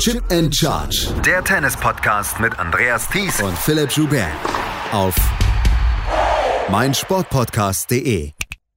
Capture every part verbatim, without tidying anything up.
Chip and Charge. Der Tennis-Podcast mit Andreas Thies und Philipp Joubert. Auf meinsportpodcast punkt de.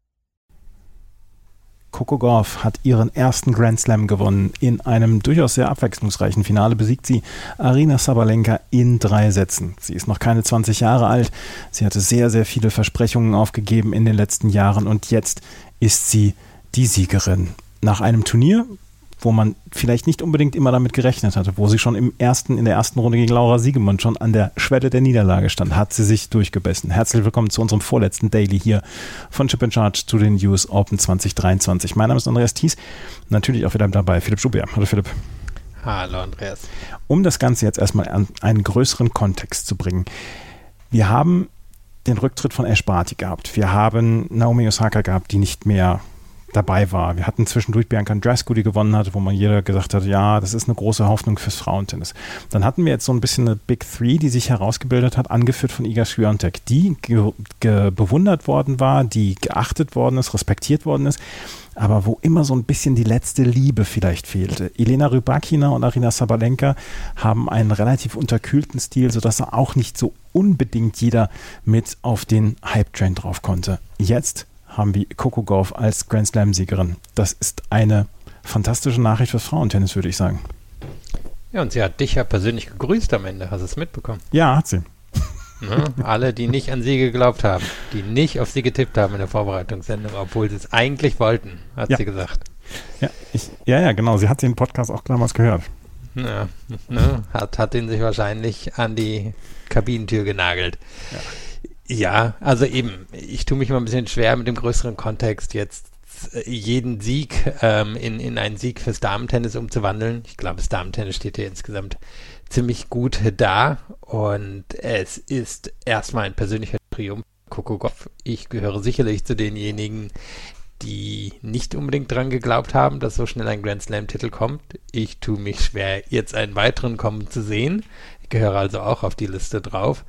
Coco Gauff hat ihren ersten Grand Slam gewonnen. In einem durchaus sehr abwechslungsreichen Finale besiegt sie Aryna Sabalenka in drei Sätzen. Sie ist noch keine zwanzig Jahre alt. Sie hatte sehr, sehr viele Versprechungen aufgegeben in den letzten Jahren und jetzt ist sie die Siegerin. Nach einem Turnier, wo man vielleicht nicht unbedingt immer damit gerechnet hatte, wo sie schon im ersten, in der ersten Runde gegen Laura Siegemund schon an der Schwelle der Niederlage stand, hat sie sich durchgebissen. Herzlich willkommen zu unserem vorletzten Daily hier von Chip and Charge zu den U S Open zwanzig dreiundzwanzig. Mein Name ist Andreas Thies, natürlich auch wieder dabei Philipp Joubert. Hallo Philipp. Hallo Andreas. Um das Ganze jetzt erstmal an einen größeren Kontext zu bringen. Wir haben den Rücktritt von Ash Barty gehabt. Wir haben Naomi Osaka gehabt, die nicht mehr dabei war. Wir hatten zwischendurch Bianca Andreescu, die gewonnen hat, wo man jeder gesagt hat, ja, das ist eine große Hoffnung fürs Frauentennis. Dann hatten wir jetzt so ein bisschen eine Big Three, die sich herausgebildet hat, angeführt von Iga Swiatek, die ge- ge- bewundert worden war, die geachtet worden ist, respektiert worden ist, aber wo immer so ein bisschen die letzte Liebe vielleicht fehlte. Elena Rybakina und Aryna Sabalenka haben einen relativ unterkühlten Stil, sodass da auch nicht so unbedingt jeder mit auf den Hype-Train drauf konnte. Jetzt haben wir Coco Gauff als Grand Slam-Siegerin. Das ist eine fantastische Nachricht fürs Frauentennis, würde ich sagen. Ja, und sie hat dich ja persönlich gegrüßt am Ende. Hast du es mitbekommen? Ja, hat sie. Ne? Alle, die nicht an sie geglaubt haben, die nicht auf sie getippt haben in der Vorbereitungssendung, obwohl sie es eigentlich wollten, hat ja. sie gesagt. Ja, ich, ja, ja, genau. Sie hat den Podcast auch damals gehört. Ja, ne? hat, hat ihn sich wahrscheinlich an die Kabinentür genagelt. Ja. Ja, also eben, ich tue mich immer ein bisschen schwer mit dem größeren Kontext jetzt jeden Sieg ähm, in, in einen Sieg fürs Damentennis umzuwandeln. Ich glaube, das Damentennis steht hier insgesamt ziemlich gut da und es ist erstmal ein persönlicher Triumph. Coco Gauff, ich gehöre sicherlich zu denjenigen, die nicht unbedingt dran geglaubt haben, dass so schnell ein Grand Slam-Titel kommt. Ich tue mich schwer, jetzt einen weiteren kommen zu sehen. Ich gehöre also auch auf die Liste drauf.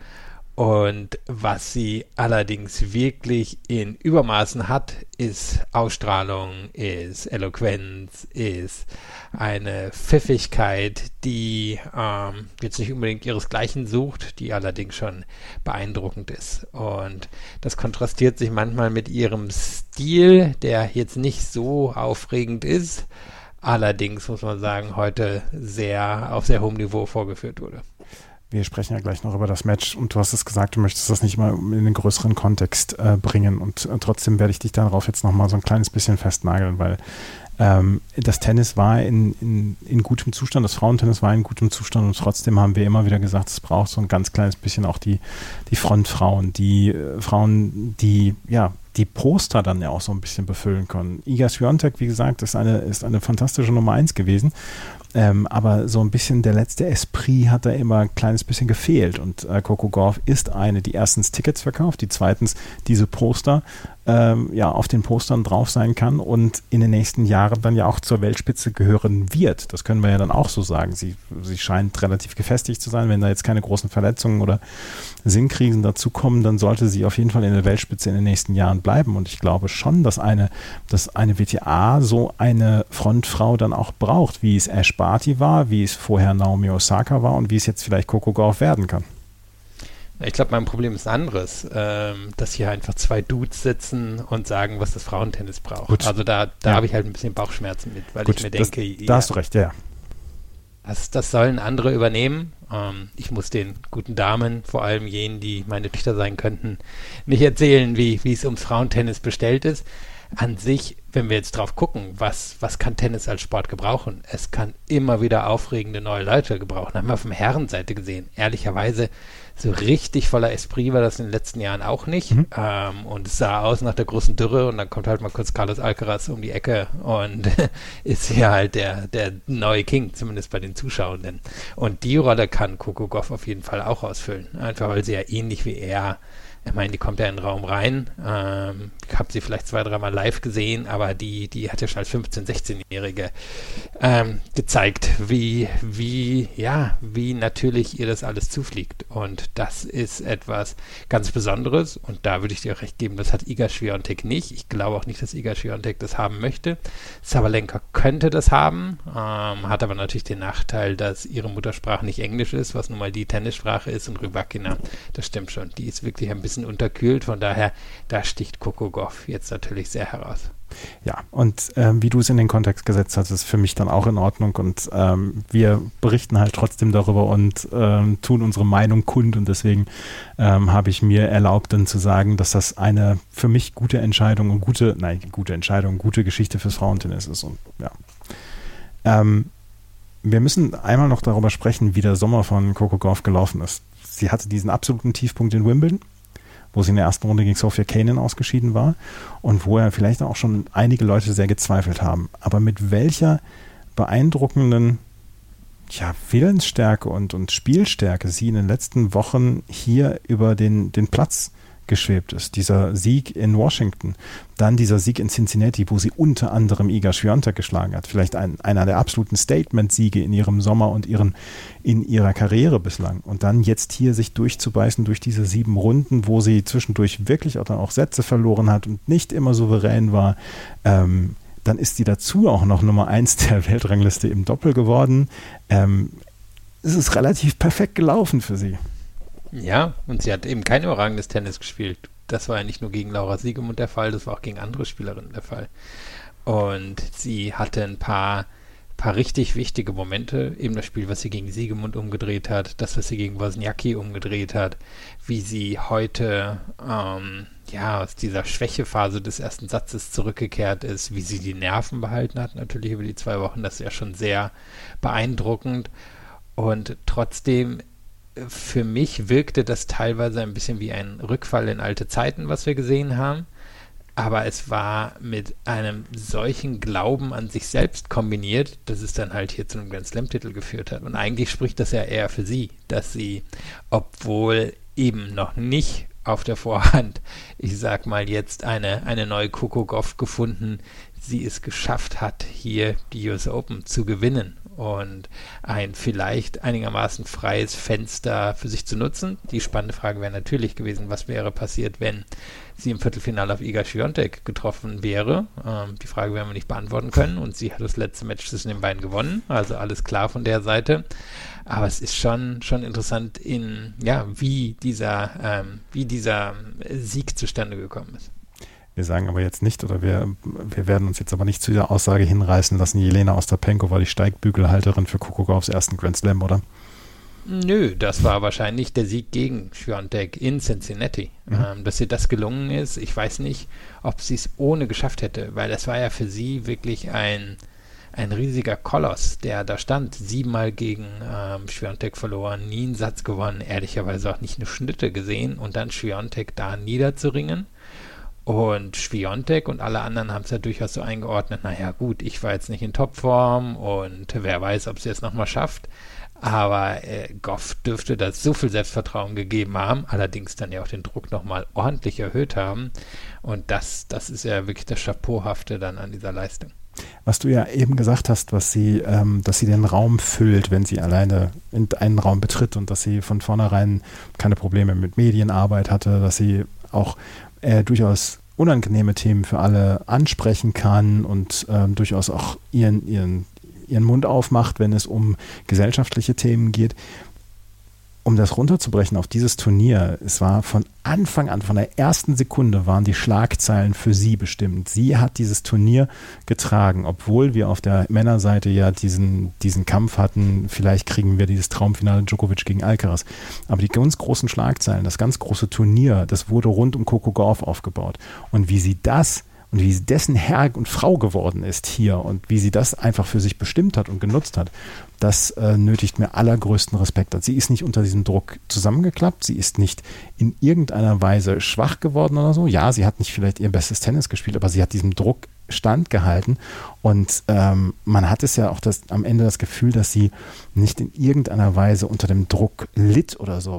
Und was sie allerdings wirklich in Übermaßen hat, ist Ausstrahlung, ist Eloquenz, ist eine Pfiffigkeit, die ähm, jetzt nicht unbedingt ihresgleichen sucht, die allerdings schon beeindruckend ist. Und das kontrastiert sich manchmal mit ihrem Stil, der jetzt nicht so aufregend ist, allerdings muss man sagen, heute sehr auf sehr hohem Niveau vorgeführt wurde. Wir sprechen ja gleich noch über das Match und du hast es gesagt, du möchtest das nicht mal in den größeren Kontext äh, bringen und äh, trotzdem werde ich dich darauf jetzt nochmal so ein kleines bisschen festnageln, weil ähm, das Tennis war in, in, in gutem Zustand, das Frauentennis war in gutem Zustand und trotzdem haben wir immer wieder gesagt, es braucht so ein ganz kleines bisschen auch die, die Frontfrauen, die äh, Frauen, die ja die Poster dann ja auch so ein bisschen befüllen können. Iga Swiatek, wie gesagt, ist eine, ist eine fantastische Nummer eins gewesen. Ähm, aber so ein bisschen der letzte Esprit hat da immer ein kleines bisschen gefehlt und äh, Coco Gauff ist eine, die erstens Tickets verkauft, die zweitens diese Poster ähm, ja auf den Postern drauf sein kann und in den nächsten Jahren dann ja auch zur Weltspitze gehören wird. Das können wir ja dann auch so sagen. Sie, sie scheint relativ gefestigt zu sein. Wenn da jetzt keine großen Verletzungen oder Sinnkrisen dazukommen, dann sollte sie auf jeden Fall in der Weltspitze in den nächsten Jahren bleiben und ich glaube schon, dass eine, dass eine W T A so eine Frontfrau dann auch braucht, wie es Ash Barty war, wie es vorher Naomi Osaka war und wie es jetzt vielleicht Coco Gauff werden kann. Ich glaube, mein Problem ist anderes, ähm, dass hier einfach zwei Dudes sitzen und sagen, was das Frauentennis braucht. Gut. Also da, da ja. habe ich halt ein bisschen Bauchschmerzen mit, weil Gut, ich mir das, denke, da ja, hast du recht, ja. Das, das sollen andere übernehmen. Ähm, ich muss den guten Damen, vor allem jenen, die meine Töchter sein könnten, nicht erzählen, wie, wie es ums Frauentennis bestellt ist. An sich, wenn wir jetzt drauf gucken, was, was kann Tennis als Sport gebrauchen? Es kann immer wieder aufregende neue Leute gebrauchen. Haben wir von der Herrenseite gesehen. Ehrlicherweise, so richtig voller Esprit war das in den letzten Jahren auch nicht. Mhm. Ähm, und es sah aus nach der großen Dürre und dann kommt halt mal kurz Carlos Alcaraz um die Ecke und ist hier halt der, der neue King, zumindest bei den Zuschauenden. Und die Rolle kann Coco Gauff auf jeden Fall auch ausfüllen. Einfach weil sie ja ähnlich wie er Ich meine, die kommt ja in den Raum rein. Ähm, ich habe sie vielleicht zwei, dreimal live gesehen, aber die, die hat ja schon als fünfzehn-, sechzehnjährige ähm, gezeigt, wie, wie, ja, wie natürlich ihr das alles zufliegt. Und das ist etwas ganz Besonderes. Und da würde ich dir auch recht geben, das hat Iga Swiatek nicht. Ich glaube auch nicht, dass Iga Swiatek das haben möchte. Sabalenka könnte das haben, ähm, hat aber natürlich den Nachteil, dass ihre Muttersprache nicht Englisch ist, was nun mal die Tennissprache ist. Und Rybakina, das stimmt schon, die ist wirklich ein bisschen unterkühlt, von daher, da sticht Coco Gauff jetzt natürlich sehr heraus. Ja, und ähm, wie du es in den Kontext gesetzt hast, ist für mich dann auch in Ordnung und ähm, wir berichten halt trotzdem darüber und ähm, tun unsere Meinung kund und deswegen ähm, habe ich mir erlaubt, dann zu sagen, dass das eine für mich gute Entscheidung und gute, nein, gute Entscheidung, gute Geschichte fürs Frauentennis ist und ja. Ähm, wir müssen einmal noch darüber sprechen, wie der Sommer von Coco Gauff gelaufen ist. Sie hatte diesen absoluten Tiefpunkt in Wimbledon, wo sie in der ersten Runde gegen Sofia Kenin ausgeschieden war und wo ja vielleicht auch schon einige Leute sehr gezweifelt haben. Aber mit welcher beeindruckenden ja, Willensstärke und, und Spielstärke sie in den letzten Wochen hier über den, den Platz geschwebt ist. Dieser Sieg in Washington, dann dieser Sieg in Cincinnati, wo sie unter anderem Iga Swiatek geschlagen hat. Vielleicht ein, einer der absoluten Statement-Siege in ihrem Sommer und ihren, in ihrer Karriere bislang. Und dann jetzt hier sich durchzubeißen durch diese sieben Runden, wo sie zwischendurch wirklich auch dann auch Sätze verloren hat und nicht immer souverän war. Ähm, dann ist sie dazu auch noch Nummer eins der Weltrangliste im Doppel geworden. Ähm, es ist relativ perfekt gelaufen für sie. Ja, und sie hat eben kein überragendes Tennis gespielt. Das war ja nicht nur gegen Laura Siegemund der Fall, das war auch gegen andere Spielerinnen der Fall. Und sie hatte ein paar, paar richtig wichtige Momente. Eben das Spiel, was sie gegen Siegemund umgedreht hat, das, was sie gegen Wozniacki umgedreht hat, wie sie heute ähm, ja, aus dieser Schwächephase des ersten Satzes zurückgekehrt ist, wie sie die Nerven behalten hat, natürlich über die zwei Wochen. Das ist ja schon sehr beeindruckend. Und trotzdem, für mich wirkte das teilweise ein bisschen wie ein Rückfall in alte Zeiten, was wir gesehen haben. Aber es war mit einem solchen Glauben an sich selbst kombiniert, dass es dann halt hier zu einem Grand Slam-Titel geführt hat. Und eigentlich spricht das ja eher für sie, dass sie, obwohl eben noch nicht auf der Vorhand, ich sag mal jetzt eine, eine neue Coco Gauff gefunden, sie es geschafft hat, hier die U S Open zu gewinnen und ein vielleicht einigermaßen freies Fenster für sich zu nutzen. Die spannende Frage wäre natürlich gewesen, was wäre passiert, wenn sie im Viertelfinale auf Iga Swiatek getroffen wäre. Ähm, die Frage werden wir nicht beantworten können und sie hat das letzte Match zwischen den beiden gewonnen, also alles klar von der Seite. Aber es ist schon, schon interessant, in, ja, wie dieser, ähm, wie dieser Sieg zustande gekommen ist. Wir sagen aber jetzt nicht, oder wir, wir werden uns jetzt aber nicht zu dieser Aussage hinreißen lassen, Jelena Ostapenko war die Steigbügelhalterin für Coco Gauffs ersten Grand Slam, oder? Nö, das war wahrscheinlich der Sieg gegen Swiatek in Cincinnati. Mhm. Ähm, dass ihr das gelungen ist, ich weiß nicht, ob sie es ohne geschafft hätte, weil das war ja für sie wirklich ein, ein riesiger Koloss, der da stand, siebenmal gegen ähm, Swiatek verloren, nie einen Satz gewonnen, ehrlicherweise auch nicht eine Schnitte gesehen und dann Swiatek da niederzuringen. Und Swiatek und alle anderen haben es ja durchaus so eingeordnet, naja gut, ich war jetzt nicht in Topform und wer weiß, ob sie es nochmal schafft. Aber äh, Gauff dürfte das so viel Selbstvertrauen gegeben haben, allerdings dann ja auch den Druck nochmal ordentlich erhöht haben. Und das, das ist ja wirklich das Chapeauhafte dann an dieser Leistung. Was du ja eben gesagt hast, was sie, ähm, dass sie den Raum füllt, wenn sie alleine in einen Raum betritt und dass sie von vornherein keine Probleme mit Medienarbeit hatte, dass sie auch äh, durchaus unangenehme Themen für alle ansprechen kann und ähm, durchaus auch ihren, ihren, ihren Mund aufmacht, wenn es um gesellschaftliche Themen geht. Um das runterzubrechen auf dieses Turnier, es war von Anfang an, von der ersten Sekunde waren die Schlagzeilen für sie bestimmt. Sie hat dieses Turnier getragen, obwohl wir auf der Männerseite ja diesen, diesen Kampf hatten, vielleicht kriegen wir dieses Traumfinale Djokovic gegen Alcaraz. Aber die ganz großen Schlagzeilen, das ganz große Turnier, das wurde rund um Coco Gauff aufgebaut. Und wie sie das und wie sie dessen Herr und Frau geworden ist hier und wie sie das einfach für sich bestimmt hat und genutzt hat, das äh, nötigt mir allergrößten Respekt. Sie ist nicht unter diesem Druck zusammengeklappt, sie ist nicht in irgendeiner Weise schwach geworden oder so. Ja, sie hat nicht vielleicht ihr bestes Tennis gespielt, aber sie hat diesem Druck standgehalten und ähm, man hat es ja auch das, am Ende das Gefühl, dass sie nicht in irgendeiner Weise unter dem Druck litt oder so, weil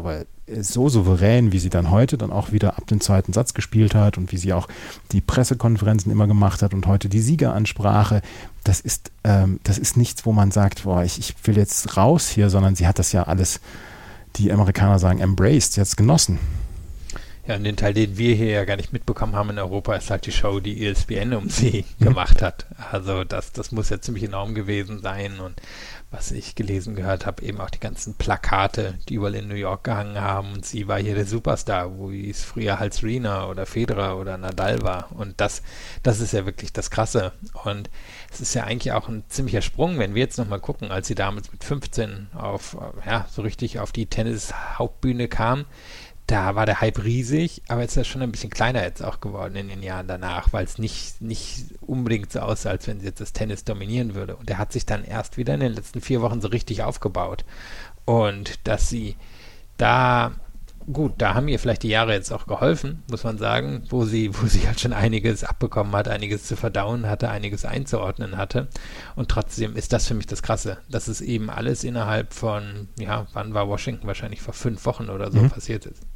so souverän, wie sie dann heute dann auch wieder ab dem zweiten Satz gespielt hat und wie sie auch die Pressekonferenzen immer gemacht hat und heute die Siegeransprache, das ist, ähm, das ist nichts, wo man sagt, boah, ich, ich will jetzt raus hier, sondern sie hat das ja alles, die Amerikaner sagen, embraced, sie hat es genossen. Ja, und den Teil, den wir hier ja gar nicht mitbekommen haben in Europa, ist halt die Show, die E S P N um sie gemacht hat. Also das, das muss ja ziemlich enorm gewesen sein. Und was ich gelesen gehört habe, eben auch die ganzen Plakate, die überall in New York gehangen haben. Und sie war hier der Superstar, wo es früher halt Serena oder Federer oder Nadal war. Und das, das ist ja wirklich das Krasse. Und es ist ja eigentlich auch ein ziemlicher Sprung, wenn wir jetzt nochmal gucken, als sie damals mit fünfzehn auf, ja, so richtig auf die Tennis-Hauptbühne kam. Da war der Hype riesig, aber jetzt ist er schon ein bisschen kleiner jetzt auch geworden in den Jahren danach, weil es nicht, nicht unbedingt so aussah, als wenn sie jetzt das Tennis dominieren würde. Und er hat sich dann erst wieder in den letzten vier Wochen so richtig aufgebaut. Und dass sie da, gut, da haben ihr vielleicht die Jahre jetzt auch geholfen, muss man sagen, wo sie, wo sie halt schon einiges abbekommen hat, einiges zu verdauen hatte, einiges einzuordnen hatte. Und trotzdem ist das für mich das Krasse, dass es eben alles innerhalb von, ja, wann war Washington? Wahrscheinlich vor fünf Wochen oder so mhm. passiert ist.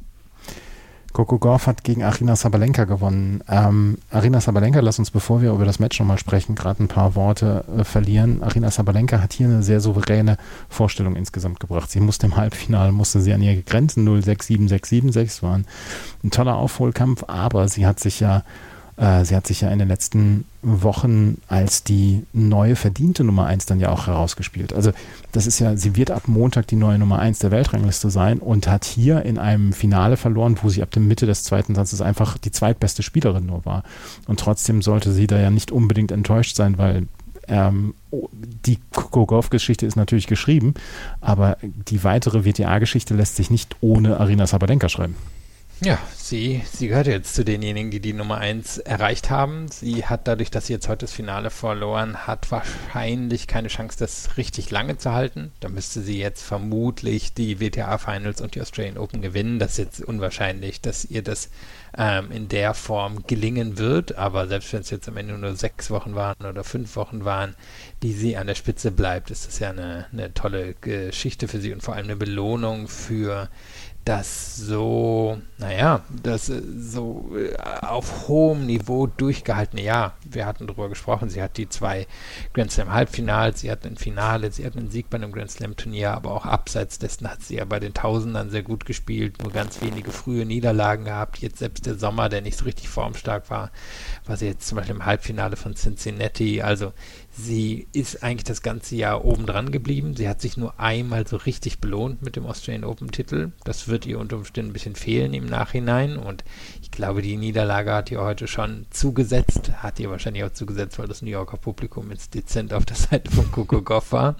Coco Gauff hat gegen Aryna Sabalenka gewonnen. Ähm, Aryna Sabalenka, lass uns, bevor wir über das Match nochmal sprechen, gerade ein paar Worte äh, verlieren. Aryna Sabalenka hat hier eine sehr souveräne Vorstellung insgesamt gebracht. Sie musste im Halbfinale, musste sie an ihre Grenzen, null sechs sieben sechs sieben sechs, war ein, ein toller Aufholkampf, aber sie hat sich ja äh, sie hat sich ja in den letzten Wochen als die neue verdiente Nummer eins dann ja auch herausgespielt. Also das ist ja, sie wird ab Montag die neue Nummer eins der Weltrangliste sein und hat hier in einem Finale verloren, wo sie ab der Mitte des zweiten Satzes einfach die zweitbeste Spielerin nur war. Und trotzdem sollte sie da ja nicht unbedingt enttäuscht sein, weil ähm, die Coco Gauff-Geschichte ist natürlich geschrieben, aber die weitere W T A-Geschichte lässt sich nicht ohne Aryna Sabalenka schreiben. Ja, sie, sie gehört jetzt zu denjenigen, die die Nummer eins erreicht haben. Sie hat dadurch, dass sie jetzt heute das Finale verloren hat, wahrscheinlich keine Chance, das richtig lange zu halten. Da müsste sie jetzt vermutlich die W T A-Finals und die Australian Open gewinnen. Das ist jetzt unwahrscheinlich, dass ihr das ähm, in der Form gelingen wird. Aber selbst wenn es jetzt am Ende nur sechs Wochen waren oder fünf Wochen waren, die sie an der Spitze bleibt, ist das ja eine, eine tolle Geschichte für sie und vor allem eine Belohnung für das so, naja, das so auf hohem Niveau durchgehaltene Jahr. Wir hatten darüber gesprochen, sie hat die zwei Grand Slam Halbfinals, sie hat ein Finale, sie hat einen Sieg bei einem Grand Slam Turnier, aber auch abseits dessen hat sie ja bei den Tausendern sehr gut gespielt, nur ganz wenige frühe Niederlagen gehabt. Jetzt selbst der Sommer, der nicht so richtig formstark war, war sie jetzt zum Beispiel im Halbfinale von Cincinnati. Also sie ist eigentlich das ganze Jahr oben dran geblieben. Sie hat sich nur einmal so richtig belohnt mit dem Australian Open Titel. Das wird ihr unter Umständen ein bisschen fehlen im Nachhinein und ich glaube, die Niederlage hat ihr heute schon zugesetzt, hat ihr wahrscheinlich auch zugesetzt, weil das New Yorker Publikum jetzt dezent auf der Seite von Coco Gauff war.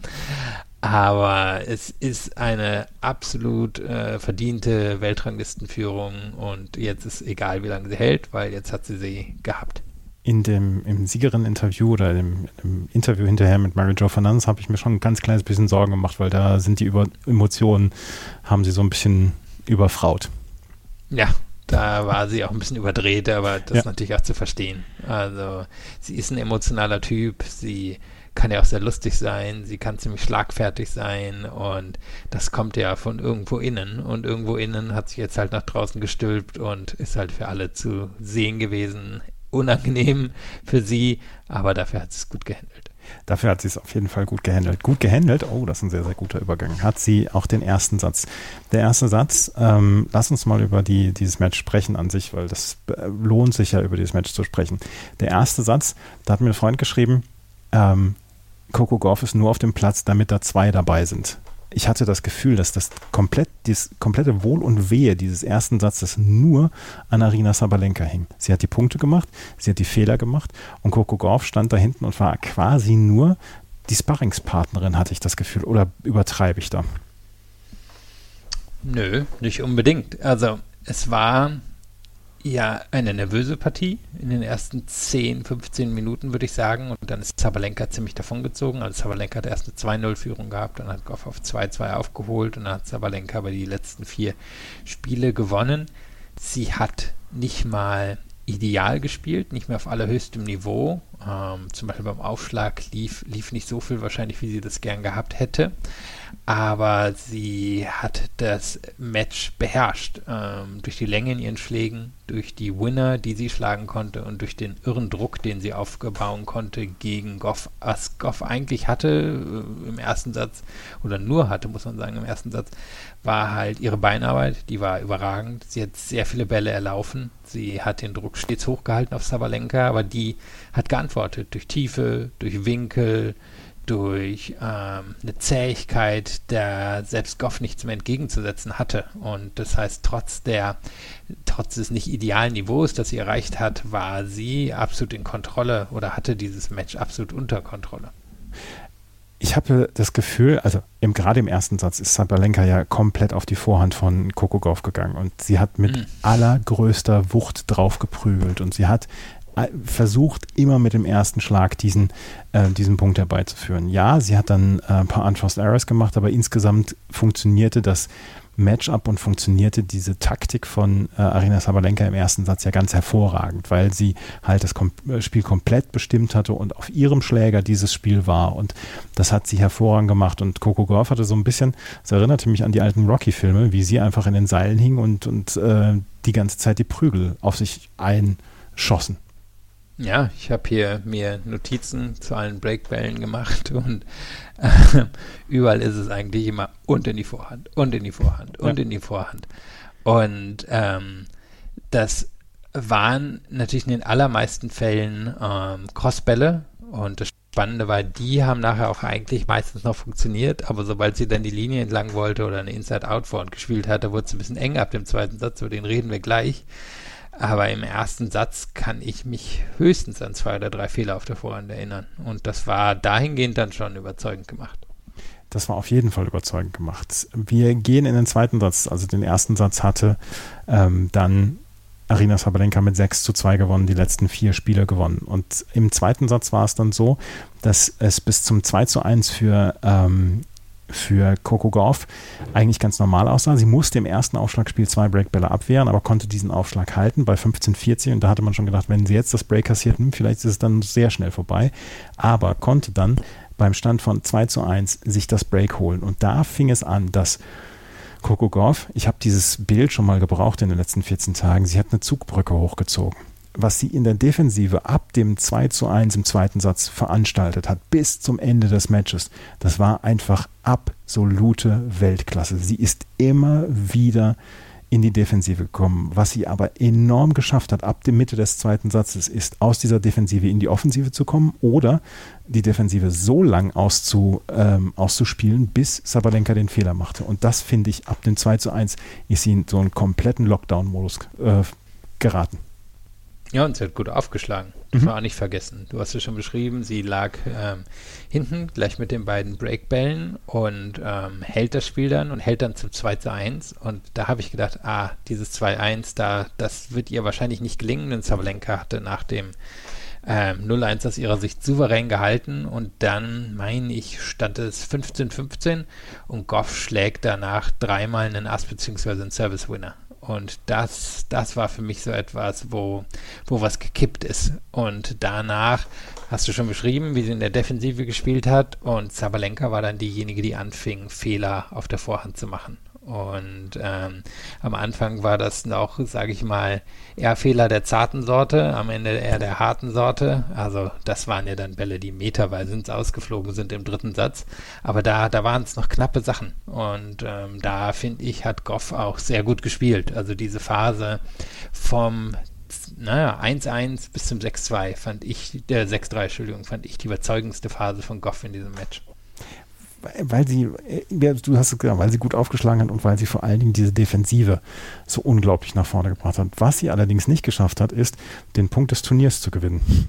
Aber es ist eine absolut äh, verdiente Weltranglistenführung und jetzt ist egal, wie lange sie hält, weil jetzt hat sie sie gehabt. In dem im Siegerinnen-Interview oder im, im Interview hinterher mit Marie-Jo Fernandes habe ich mir schon ein ganz kleines bisschen Sorgen gemacht, weil da sind die über Emotionen, haben sie so ein bisschen überfraut. Ja, da war sie auch ein bisschen überdreht, aber das ja. ist natürlich auch zu verstehen. Also sie ist ein emotionaler Typ, sie kann ja auch sehr lustig sein, sie kann ziemlich schlagfertig sein und das kommt ja von irgendwo innen und irgendwo innen hat sich jetzt halt nach draußen gestülpt und ist halt für alle zu sehen gewesen. Unangenehm für sie, aber dafür hat sie es gut gehandelt. Dafür hat sie es auf jeden Fall gut gehandelt. Gut gehandelt, oh, das ist ein sehr, sehr guter Übergang. Hat sie auch den ersten Satz. Der erste Satz, ähm, lass uns mal über die, dieses Match sprechen an sich, weil das äh, lohnt sich ja, über dieses Match zu sprechen. Der erste Satz, da hat mir ein Freund geschrieben, ähm, Coco Gauff ist nur auf dem Platz, damit da zwei dabei sind. Ich hatte das Gefühl, dass das komplett, dieses komplette Wohl und Wehe dieses ersten Satzes nur an Aryna Sabalenka hing. Sie hat die Punkte gemacht, sie hat die Fehler gemacht und Coco Gauff stand da hinten und war quasi nur die Sparringspartnerin, hatte ich das Gefühl. Oder übertreibe ich da? Nö, nicht unbedingt. Also es war ja eine nervöse Partie in den ersten zehn, fünfzehn Minuten, würde ich sagen. Und dann ist Sabalenka ziemlich davongezogen. Also Sabalenka hat erst eine zwei null Führung gehabt, dann hat Gauff auf zwei zwei aufgeholt und dann hat Sabalenka aber die letzten vier Spiele gewonnen. Sie hat nicht mal ideal gespielt, nicht mehr auf allerhöchstem Niveau. Ähm, zum Beispiel beim Aufschlag lief, lief nicht so viel wahrscheinlich, wie sie das gern gehabt hätte. Aber sie hat das Match beherrscht. Ähm, durch die Länge in ihren Schlägen, durch die Winner, die sie schlagen konnte und durch den irren Druck, den sie aufbauen konnte gegen Goff. Was Goff eigentlich hatte äh, im ersten Satz, oder nur hatte, muss man sagen, im ersten Satz, war halt ihre Beinarbeit, die war überragend. Sie hat sehr viele Bälle erlaufen. Sie hat den Druck stets hochgehalten auf Sabalenka, aber die hat geantwortet durch Tiefe, durch Winkel, durch ähm, eine Zähigkeit, der selbst Goff nichts mehr entgegenzusetzen hatte. Und das heißt, trotz der, trotz des nicht idealen Niveaus, das sie erreicht hat, war sie absolut in Kontrolle oder hatte dieses Match absolut unter Kontrolle. Ich habe das Gefühl, also im, gerade im ersten Satz ist Sabalenka ja komplett auf die Vorhand von Coco Gauff gegangen und sie hat mit mm. allergrößter Wucht drauf geprügelt und sie hat versucht, immer mit dem ersten Schlag diesen, äh, diesen Punkt herbeizuführen. Ja, sie hat dann äh, ein paar Unforced Errors gemacht, aber insgesamt funktionierte das Matchup und funktionierte diese Taktik von äh, Aryna Sabalenka im ersten Satz ja ganz hervorragend, weil sie halt das Kom- Spiel komplett bestimmt hatte und auf ihrem Schläger dieses Spiel war und das hat sie hervorragend gemacht und Coco Gauff hatte so ein bisschen, das erinnerte mich an die alten Rocky-Filme, wie sie einfach in den Seilen hing und, und äh, die ganze Zeit die Prügel auf sich einschossen. Ja, ich habe hier mir Notizen zu allen Breakbällen gemacht und äh, überall ist es eigentlich immer und in die Vorhand, und in die Vorhand, und ja. in die Vorhand. Und ähm, das waren natürlich in den allermeisten Fällen ähm, Crossbälle und das Spannende war, die haben nachher auch eigentlich meistens noch funktioniert, aber sobald sie dann die Linie entlang wollte oder eine Inside-Out-Vorhand gespielt hatte, wurde es ein bisschen eng ab dem zweiten Satz, über den reden wir gleich. Aber im ersten Satz kann ich mich höchstens an zwei oder drei Fehler auf der Vorhand erinnern. Und das war dahingehend dann schon überzeugend gemacht. Das war auf jeden Fall überzeugend gemacht. Wir gehen in den zweiten Satz. Also den ersten Satz hatte ähm, dann Aryna Sabalenka mit sechs zu zwei gewonnen, die letzten vier Spiele gewonnen. Und im zweiten Satz war es dann so, dass es bis zum zwei zu eins für ähm, für Coco Gauff eigentlich ganz normal aussah. Sie musste im ersten Aufschlagspiel zwei Breakbälle abwehren, aber konnte diesen Aufschlag halten bei fünfzehn vierzig und da hatte man schon gedacht, wenn sie jetzt das Break kassiert, hm, vielleicht ist es dann sehr schnell vorbei, aber konnte dann beim Stand von zwei zu eins sich das Break holen und da fing es an, dass Coco Gauff, ich habe dieses Bild schon mal gebraucht in den letzten vierzehn Tagen, sie hat eine Zugbrücke hochgezogen. Was sie in der Defensive ab dem zwei zu eins im zweiten Satz veranstaltet hat, bis zum Ende des Matches, das war einfach absolute Weltklasse. Sie ist immer wieder in die Defensive gekommen. Was sie aber enorm geschafft hat, ab der Mitte des zweiten Satzes, ist aus dieser Defensive in die Offensive zu kommen oder die Defensive so lang auszu, ähm, auszuspielen, bis Sabalenka den Fehler machte. Und das finde ich, ab dem zwei zu eins ist sie in so einen kompletten Lockdown-Modus äh, geraten. Ja, und sie hat gut aufgeschlagen. Das mhm. war auch nicht vergessen. Du hast es schon beschrieben, sie lag ähm, hinten gleich mit den beiden Breakbällen und ähm, hält das Spiel dann und hält dann zum zwei zu eins. Und da habe ich gedacht, ah, dieses zwei eins, da, das wird ihr wahrscheinlich nicht gelingen, denn Sabalenka hatte nach dem ähm, null eins aus ihrer Sicht souverän gehalten und dann, meine ich, stand es fünfzehn fünfzehn und Gauff schlägt danach dreimal einen Ass bzw. einen Service-Winner. Und das, das war für mich so etwas, wo, wo was gekippt ist. Und danach hast du schon beschrieben, wie sie in der Defensive gespielt hat. Und Sabalenka war dann diejenige, die anfing, Fehler auf der Vorhand zu machen. Und ähm, am Anfang war das noch, sage ich mal, eher Fehler der zarten Sorte, am Ende eher der harten Sorte. Also das waren ja dann Bälle, die meterweise ins Ausgeflogen sind im dritten Satz. Aber da, da waren es noch knappe Sachen. Und ähm, da, finde ich, hat Gauff auch sehr gut gespielt. Also diese Phase vom naja, eins eins bis zum sechs zwei fand ich, der sechs drei, Entschuldigung, fand ich die überzeugendste Phase von Gauff in diesem Match. Weil sie, du hast es gesagt, weil sie gut aufgeschlagen hat und weil sie vor allen Dingen diese Defensive so unglaublich nach vorne gebracht hat. Was sie allerdings nicht geschafft hat, ist, den Punkt des Turniers zu gewinnen.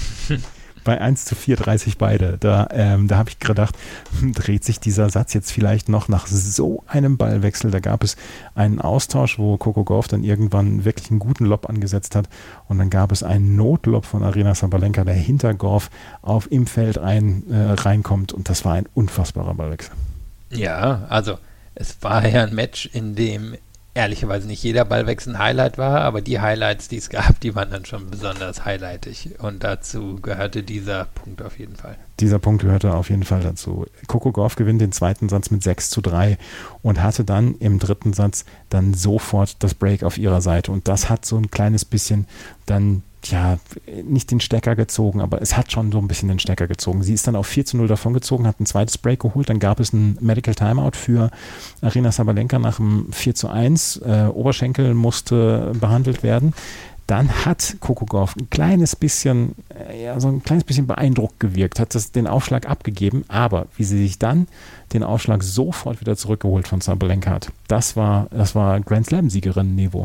Bei eins zu vier dreißig beide. Da, ähm, da habe ich gedacht, hm, dreht sich dieser Satz jetzt vielleicht noch nach so einem Ballwechsel. Da gab es einen Austausch, wo Coco Gauff dann irgendwann wirklich einen guten Lob angesetzt hat und dann gab es einen Notlob von Aryna Sabalenka, der hinter Gauff auf im Feld ein, äh, reinkommt und das war ein unfassbarer Ballwechsel. Ja, also es war ja ein Match, in dem ehrlicherweise nicht jeder Ballwechsel ein Highlight war, aber die Highlights, die es gab, die waren dann schon besonders highlightig. Und dazu gehörte dieser Punkt auf jeden Fall. Dieser Punkt gehörte auf jeden Fall dazu. Coco Gauff gewinnt den zweiten Satz mit sechs zu drei und hatte dann im dritten Satz dann sofort das Break auf ihrer Seite. Und das hat so ein kleines bisschen dann, ja, nicht den Stecker gezogen, aber es hat schon so ein bisschen den Stecker gezogen. Sie ist dann auf vier zu null davongezogen, hat ein zweites Break geholt, dann gab es ein Medical Timeout für Aryna Sabalenka nach dem vier zu eins. Äh, Oberschenkel musste behandelt werden. Dann hat Coco Gauff ein kleines bisschen, ja, so ein kleines bisschen beeindruckt gewirkt, hat das, den Aufschlag abgegeben, aber wie sie sich dann den Aufschlag sofort wieder zurückgeholt von Sabalenka hat, das war, das war Grand Slam-Siegerin-Niveau.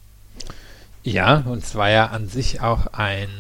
Ja, und es war ja an sich auch ein,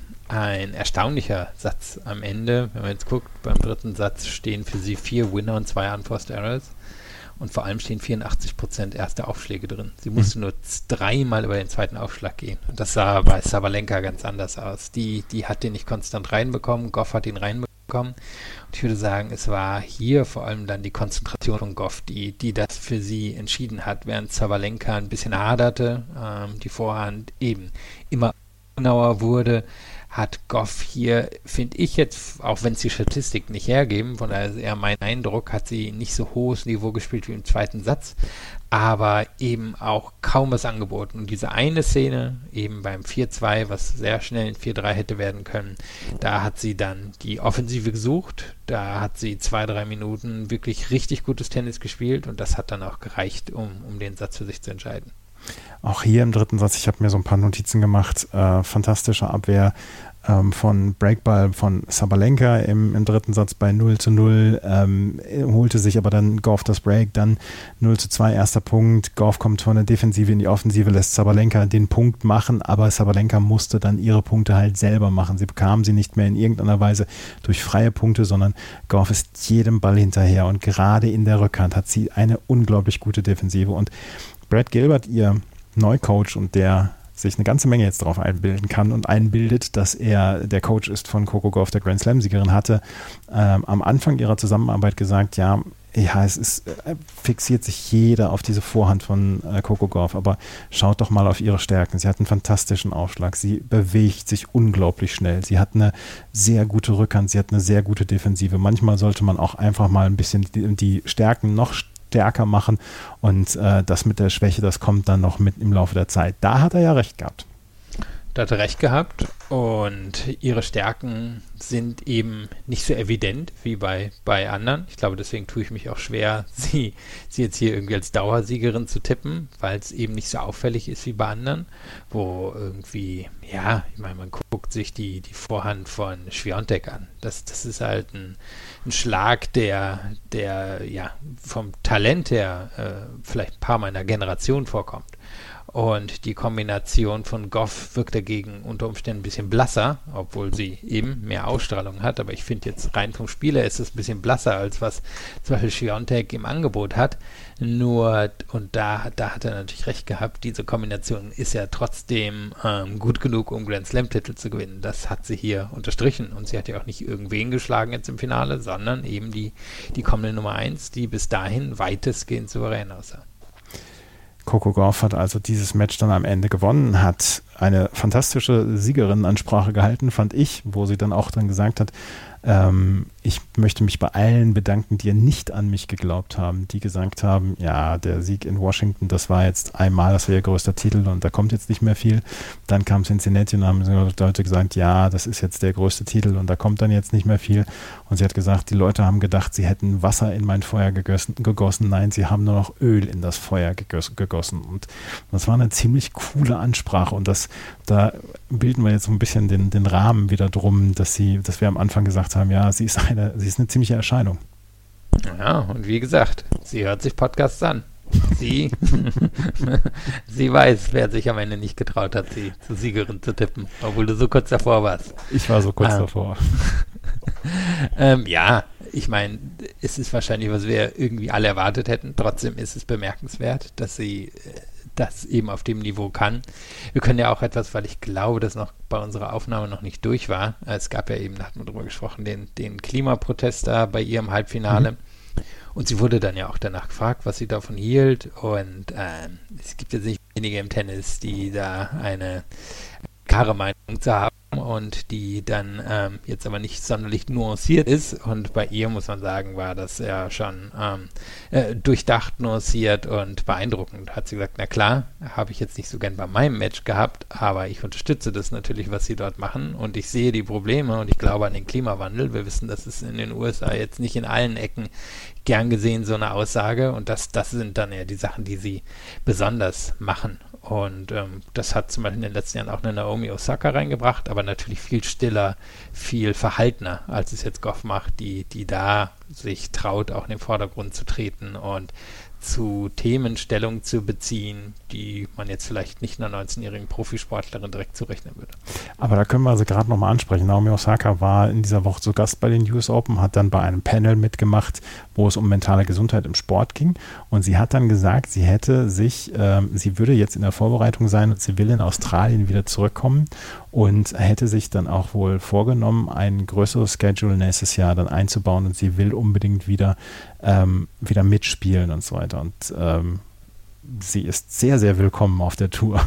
ein erstaunlicher Satz am Ende. Wenn man jetzt guckt, beim dritten Satz stehen für sie vier Winner und zwei Unforced Errors. Und vor allem stehen vierundachtzig Prozent erste Aufschläge drin. Sie musste mhm. nur dreimal über den zweiten Aufschlag gehen. Und das sah bei Sabalenka ganz anders aus. Die, die hat den nicht konstant reinbekommen, Gauff hat ihn reinbekommen. Und ich würde sagen, es war hier vor allem dann die Konzentration von Gauff, die, die das für sie entschieden hat, während Sabalenka ein bisschen haderte, ähm, die Vorhand eben immer genauer wurde, hat Gauff hier, finde ich jetzt, auch wenn es die Statistik nicht hergeben, von daher ist eher mein Eindruck, hat sie nicht so hohes Niveau gespielt wie im zweiten Satz, aber eben auch kaum was angeboten. Und diese eine Szene, eben beim vier zwei, was sehr schnell ein vier drei hätte werden können, da hat sie dann die Offensive gesucht, da hat sie zwei, drei Minuten wirklich richtig gutes Tennis gespielt und das hat dann auch gereicht, um, um den Satz für sich zu entscheiden. Auch hier im dritten Satz, ich habe mir so ein paar Notizen gemacht, äh, fantastische Abwehr ähm, von Breakball von Sabalenka im, im dritten Satz bei null zu null, ähm, holte sich aber dann Gauff das Break, dann null zu zwei, erster Punkt, Gauff kommt von der Defensive in die Offensive, lässt Sabalenka den Punkt machen, aber Sabalenka musste dann ihre Punkte halt selber machen, sie bekam sie nicht mehr in irgendeiner Weise durch freie Punkte, sondern Gauff ist jedem Ball hinterher und gerade in der Rückhand hat sie eine unglaublich gute Defensive und Brad Gilbert, ihr Neucoach und der sich eine ganze Menge jetzt darauf einbilden kann und einbildet, dass er der Coach ist von Coco Gauff, der Grand Slam-Siegerin, hatte ähm, am Anfang ihrer Zusammenarbeit gesagt, ja, ja, es ist, äh, fixiert sich jeder auf diese Vorhand von äh, Coco Gauff, aber schaut doch mal auf ihre Stärken. Sie hat einen fantastischen Aufschlag, sie bewegt sich unglaublich schnell, sie hat eine sehr gute Rückhand, sie hat eine sehr gute Defensive. Manchmal sollte man auch einfach mal ein bisschen die, die Stärken noch stärker machen und äh, das mit der Schwäche, das kommt dann noch mit im Laufe der Zeit. Da hat er ja recht gehabt. Da hat er recht gehabt und ihre Stärken sind eben nicht so evident wie bei, bei anderen. Ich glaube, deswegen tue ich mich auch schwer, sie, sie jetzt hier irgendwie als Dauersiegerin zu tippen, weil es eben nicht so auffällig ist wie bei anderen, wo irgendwie, ja, ich meine, man guckt sich die, die Vorhand von Świątek an. Das, das ist halt ein, ein Schlag, der, der ja vom Talent her äh, vielleicht ein paar meiner Generation vorkommt. Und die Kombination von Gauff wirkt dagegen unter Umständen ein bisschen blasser, obwohl sie eben mehr Ausstrahlung hat. Aber ich finde jetzt rein vom Spieler ist es ein bisschen blasser, als was zum Beispiel Świątek im Angebot hat. Nur, und da, da hat er natürlich recht gehabt, diese Kombination ist ja trotzdem ähm, gut genug, um Grand Slam-Titel zu gewinnen. Das hat sie hier unterstrichen. Und sie hat ja auch nicht irgendwen geschlagen jetzt im Finale, sondern eben die, die kommende Nummer eins, die bis dahin weitestgehend souverän aussah. Coco Gauff hat also dieses Match dann am Ende gewonnen, hat eine fantastische Siegerinnenansprache gehalten, fand ich, wo sie dann auch dann gesagt hat, ähm, ich möchte mich bei allen bedanken, die nicht an mich geglaubt haben, die gesagt haben, ja, der Sieg in Washington, das war jetzt einmal, das war ihr größter Titel und da kommt jetzt nicht mehr viel. Dann kam Cincinnati und haben Leute gesagt, ja, das ist jetzt der größte Titel und da kommt dann jetzt nicht mehr viel. Und sie hat gesagt, die Leute haben gedacht, sie hätten Wasser in mein Feuer gegossen. gegossen. Nein, sie haben nur noch Öl in das Feuer gegossen. Und das war eine ziemlich coole Ansprache und das, da bilden wir jetzt so ein bisschen den, den Rahmen wieder drum, dass sie, dass wir am Anfang gesagt haben, ja, sie ist eine, sie ist eine ziemliche Erscheinung. Ja, und wie gesagt, sie hört sich Podcasts an. Sie, sie weiß, wer sich am Ende nicht getraut hat, sie zur Siegerin zu tippen, obwohl du so kurz davor warst. Ich war so kurz ähm, davor. ähm, ja, ich meine, es ist wahrscheinlich, was wir irgendwie alle erwartet hätten. Trotzdem ist es bemerkenswert, dass sie das eben auf dem Niveau kann. Wir können ja auch etwas, weil ich glaube, dass noch bei unserer Aufnahme noch nicht durch war. Es gab ja eben, da hatten wir drüber gesprochen, den, den Klimaprotest da bei ihrem Halbfinale. Mhm. Und sie wurde dann ja auch danach gefragt, was sie davon hielt. Und äh, es gibt jetzt nicht wenige im Tennis, die da eine klare Meinung zu haben und die dann ähm, jetzt aber nicht sonderlich nuanciert ist. Und bei ihr, muss man sagen, war das ja schon ähm, äh, durchdacht, nuanciert und beeindruckend. Hat sie gesagt, na klar, habe ich jetzt nicht so gern bei meinem Match gehabt, aber ich unterstütze das natürlich, was sie dort machen und ich sehe die Probleme und ich glaube an den Klimawandel. Wir wissen, das ist in den U S A jetzt nicht in allen Ecken gern gesehen, so eine Aussage, und das, das sind dann ja die Sachen, die sie besonders machen. Und ähm, das hat zum Beispiel in den letzten Jahren auch eine Naomi Osaka reingebracht, aber natürlich viel stiller, viel verhaltener, als es jetzt Goff macht, die, die da sich traut, auch in den Vordergrund zu treten und zu Themen Stellung zu beziehen, die man jetzt vielleicht nicht einer neunzehnjährigen Profisportlerin direkt zurechnen würde. Aber da können wir also gerade nochmal ansprechen. Naomi Osaka war in dieser Woche zu Gast bei den U S Open, hat dann bei einem Panel mitgemacht, wo es um mentale Gesundheit im Sport ging. Und sie hat dann gesagt, sie hätte sich, ähm, sie würde jetzt in der Vorbereitung sein und sie will in Australien wieder zurückkommen und hätte sich dann auch wohl vorgenommen, ein größeres Schedule nächstes Jahr dann einzubauen und sie will unbedingt wieder, ähm, wieder mitspielen und so weiter. Und ähm, sie ist sehr, sehr willkommen auf der Tour.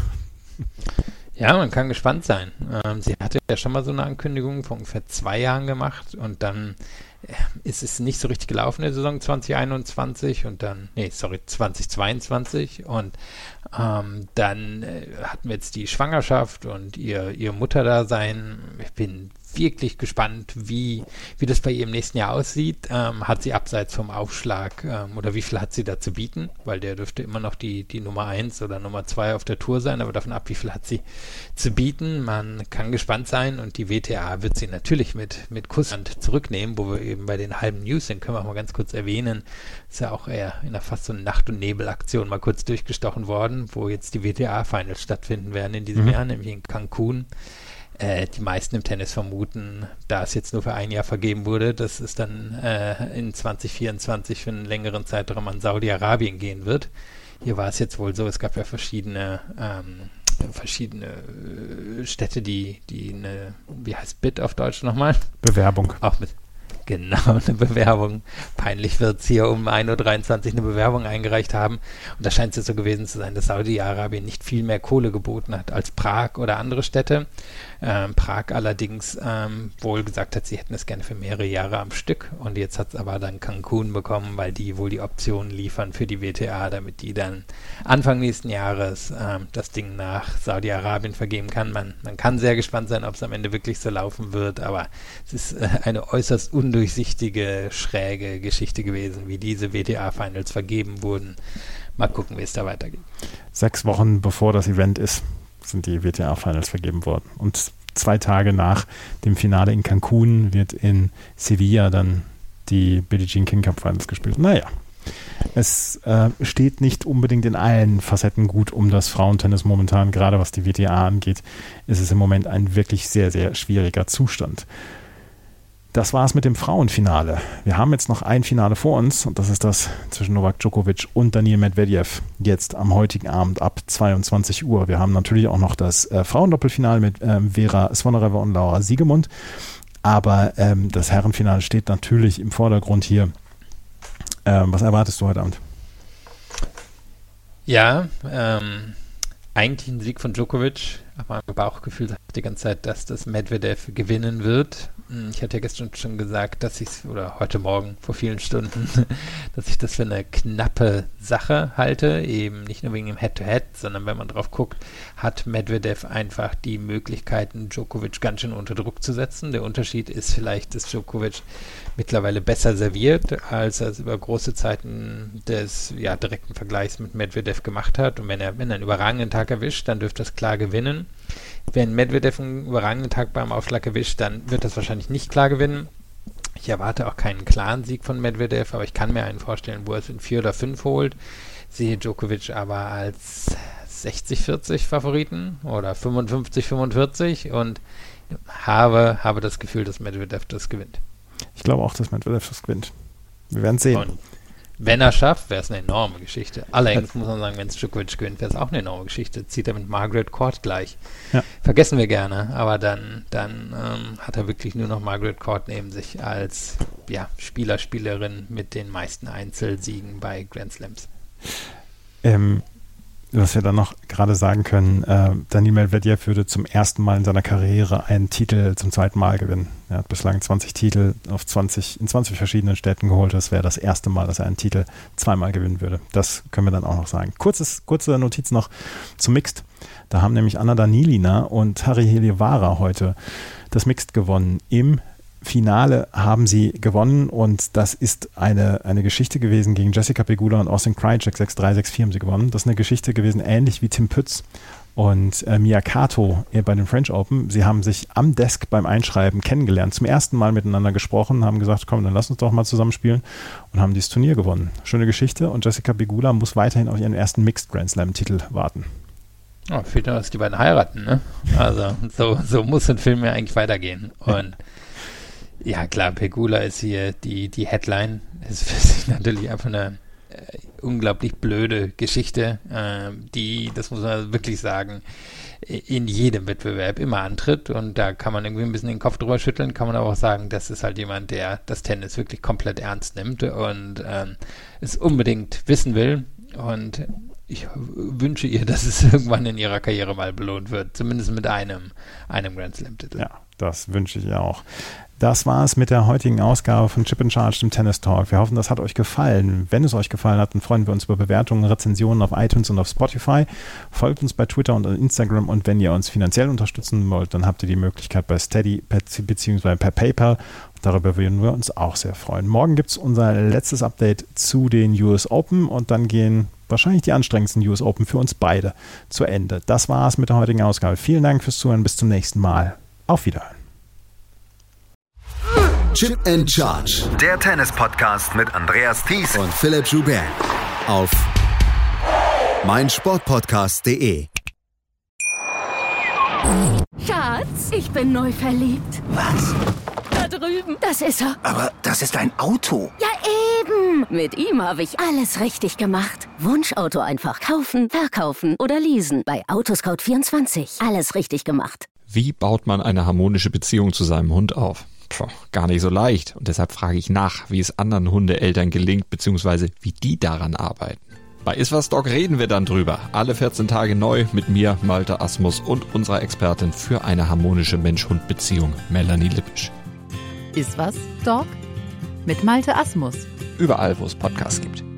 Ja, man kann gespannt sein. Ähm, sie hatte ja schon mal so eine Ankündigung vor ungefähr zwei Jahren gemacht und dann äh, ist es nicht so richtig gelaufen in der Saison zwanzig einundzwanzig und dann, nee, sorry, zwanzig zweiundzwanzig und ähm, dann äh, hatten wir jetzt die Schwangerschaft und ihr, ihr Mutterdasein. Ich bin wirklich gespannt, wie, wie das bei ihr im nächsten Jahr aussieht. Ähm, hat sie abseits vom Aufschlag ähm, oder wie viel hat sie da zu bieten? Weil der dürfte immer noch die, die Nummer eins oder Nummer zwei auf der Tour sein, aber davon ab, wie viel hat sie zu bieten? Man kann gespannt sein und die W T A wird sie natürlich mit, mit Kusshand zurücknehmen, wo wir eben bei den halben News sind, können wir auch mal ganz kurz erwähnen. Ist ja auch eher in einer fast so Nacht- und Nebel-Aktion mal kurz durchgestochen worden, wo jetzt die W T A-Finals stattfinden werden in diesem mhm. Jahr, nämlich in Cancun. Die meisten im Tennis vermuten, da es jetzt nur für ein Jahr vergeben wurde, dass es dann äh, in zwanzig vierundzwanzig für einen längeren Zeitraum an Saudi-Arabien gehen wird. Hier war es jetzt wohl so, es gab ja verschiedene ähm, verschiedene äh, Städte, die, die eine, wie heißt Bid auf Deutsch nochmal? Bewerbung. Auch mit Genau, eine Bewerbung. Peinlich wird es hier um ein Uhr dreiundzwanzig eine Bewerbung eingereicht haben. Und da scheint es jetzt so gewesen zu sein, dass Saudi-Arabien nicht viel mehr Kohle geboten hat als Prag oder andere Städte. Ähm, Prag allerdings ähm, wohl gesagt hat, sie hätten es gerne für mehrere Jahre am Stück. Und jetzt hat es aber dann Cancun bekommen, weil die wohl die Optionen liefern für die W T A, damit die dann Anfang nächsten Jahres ähm, das Ding nach Saudi-Arabien vergeben kann. Man, man kann sehr gespannt sein, ob es am Ende wirklich so laufen wird, aber es ist äh, eine äußerst undurchsichtige, schräge Geschichte gewesen, wie diese W T A-Finals vergeben wurden. Mal gucken, wie es da weitergeht. Sechs Wochen bevor das Event ist, sind die W T A-Finals vergeben worden. Und zwei Tage nach dem Finale in Cancun wird in Sevilla dann die Billie Jean King Cup Finals gespielt. Naja, es äh, steht nicht unbedingt in allen Facetten gut um das Frauentennis momentan. Gerade was die W T A angeht, ist es im Moment ein wirklich sehr, sehr schwieriger Zustand. Das war es mit dem Frauenfinale. Wir haben jetzt noch ein Finale vor uns und das ist das zwischen Novak Djokovic und Daniil Medvedev jetzt am heutigen Abend ab zweiundzwanzig Uhr. Wir haben natürlich auch noch das äh, Frauendoppelfinale mit ähm, Vera Svonareva und Laura Siegemund, aber ähm, das Herrenfinale steht natürlich im Vordergrund hier. Ähm, was erwartest du heute Abend? Ja, ähm, eigentlich ein Sieg von Djokovic, aber mein Bauchgefühl sagt die ganze Zeit, dass das Medvedev gewinnen wird. Ich hatte ja gestern schon gesagt, dass ich es, oder heute Morgen vor vielen Stunden, dass ich das für eine knappe Sache halte, eben nicht nur wegen dem Head-to-Head, sondern wenn man drauf guckt, hat Medvedev einfach die Möglichkeiten, Djokovic ganz schön unter Druck zu setzen. Der Unterschied ist vielleicht, dass Djokovic mittlerweile besser serviert, als er es über große Zeiten des ja, direkten Vergleichs mit Medvedev gemacht hat. Und wenn er, wenn er einen überragenden Tag erwischt, dann dürfte das klar gewinnen. Wenn Medvedev einen überragenden Tag beim Aufschlag erwischt, dann wird das wahrscheinlich nicht klar gewinnen. Ich erwarte auch keinen klaren Sieg von Medvedev, aber ich kann mir einen vorstellen, wo er es in vier oder fünf holt. Sehe Djokovic aber als sechzig vierzig Favoriten oder fünfundfünfzig fünfundvierzig und habe, habe das Gefühl, dass Medvedev das gewinnt. Ich glaube auch, dass Medvedev das gewinnt. Wir werden sehen. Und Wenn er schafft, wäre es eine enorme Geschichte. Allerdings muss man sagen, wenn es Djokovic gewinnt, wäre es auch eine enorme Geschichte. Zieht er mit Margaret Court gleich. Ja. Vergessen wir gerne, aber dann, dann ähm, hat er wirklich nur noch Margaret Court neben sich als ja, Spieler, Spielerin mit den meisten Einzelsiegen bei Grand Slams. Ähm, was wir dann noch gerade sagen können, äh, Daniil Medvedev würde zum ersten Mal in seiner Karriere einen Titel zum zweiten Mal gewinnen. Er hat bislang zwanzig Titel auf zwanzig, in zwanzig verschiedenen Städten geholt. Das wäre das erste Mal, dass er einen Titel zweimal gewinnen würde. Das können wir dann auch noch sagen. Kurzes, kurze Notiz noch zum Mixed. Da haben nämlich Anna Danilina und Harri Heliövara heute das Mixed gewonnen. Im Finale haben sie gewonnen und das ist eine, eine Geschichte gewesen gegen Jessica Pegula und Austin Krajicek. sechs drei, sechs vier haben sie gewonnen. Das ist eine Geschichte gewesen, ähnlich wie Tim Pütz und äh, Mia Kato bei den French Open. Sie haben sich am Desk beim Einschreiben kennengelernt, zum ersten Mal miteinander gesprochen, haben gesagt, komm, dann lass uns doch mal zusammenspielen und haben dieses Turnier gewonnen. Schöne Geschichte und Jessica Pegula muss weiterhin auf ihren ersten Mixed Grand Slam Titel warten. Oh, fehlt nur, dass die beiden heiraten, ne? Also so, so muss ein Film ja eigentlich weitergehen. Und ja, klar, Pegula ist hier die, die Headline. Das ist für sich natürlich einfach eine äh, unglaublich blöde Geschichte, äh, die, das muss man wirklich sagen, in jedem Wettbewerb immer antritt. Und da kann man irgendwie ein bisschen den Kopf drüber schütteln, kann man aber auch sagen, das ist halt jemand, der das Tennis wirklich komplett ernst nimmt und ähm, es unbedingt wissen will. Und ich wünsche ihr, dass es irgendwann in ihrer Karriere mal belohnt wird, zumindest mit einem, einem Grand Slam-Titel. Ja, das wünsche ich ihr auch. Das war es mit der heutigen Ausgabe von Chip and Charge, dem Tennis Talk. Wir hoffen, das hat euch gefallen. Wenn es euch gefallen hat, dann freuen wir uns über Bewertungen, Rezensionen auf iTunes und auf Spotify. Folgt uns bei Twitter und Instagram und wenn ihr uns finanziell unterstützen wollt, dann habt ihr die Möglichkeit bei Steady bzw. per PayPal. Darüber würden wir uns auch sehr freuen. Morgen gibt es unser letztes Update zu den U S Open und dann gehen wahrscheinlich die anstrengendsten U S Open für uns beide zu Ende. Das war es mit der heutigen Ausgabe. Vielen Dank fürs Zuhören. Bis zum nächsten Mal. Auf Wiederhören. Chip and Charge. Der Tennis-Podcast mit Andreas Thies und Philipp Joubert. Auf meinsportpodcast punkt de. Schatz, ich bin neu verliebt. Was? Da drüben. Das ist er. Aber das ist ein Auto. Ja, eben. Mit ihm habe ich alles richtig gemacht. Wunschauto einfach kaufen, verkaufen oder leasen. Bei Autoscout vierundzwanzig. Alles richtig gemacht. Wie baut man eine harmonische Beziehung zu seinem Hund auf? Puh, gar nicht so leicht. Und deshalb frage ich nach, wie es anderen Hundeeltern gelingt, beziehungsweise wie die daran arbeiten. Bei Iswas Dog reden wir dann drüber. Alle vierzehn Tage neu mit mir, Malte Asmus und unserer Expertin für eine harmonische Mensch-Hund-Beziehung, Melanie Lippisch. Iswas Dog mit Malte Asmus. Überall, wo es Podcasts gibt.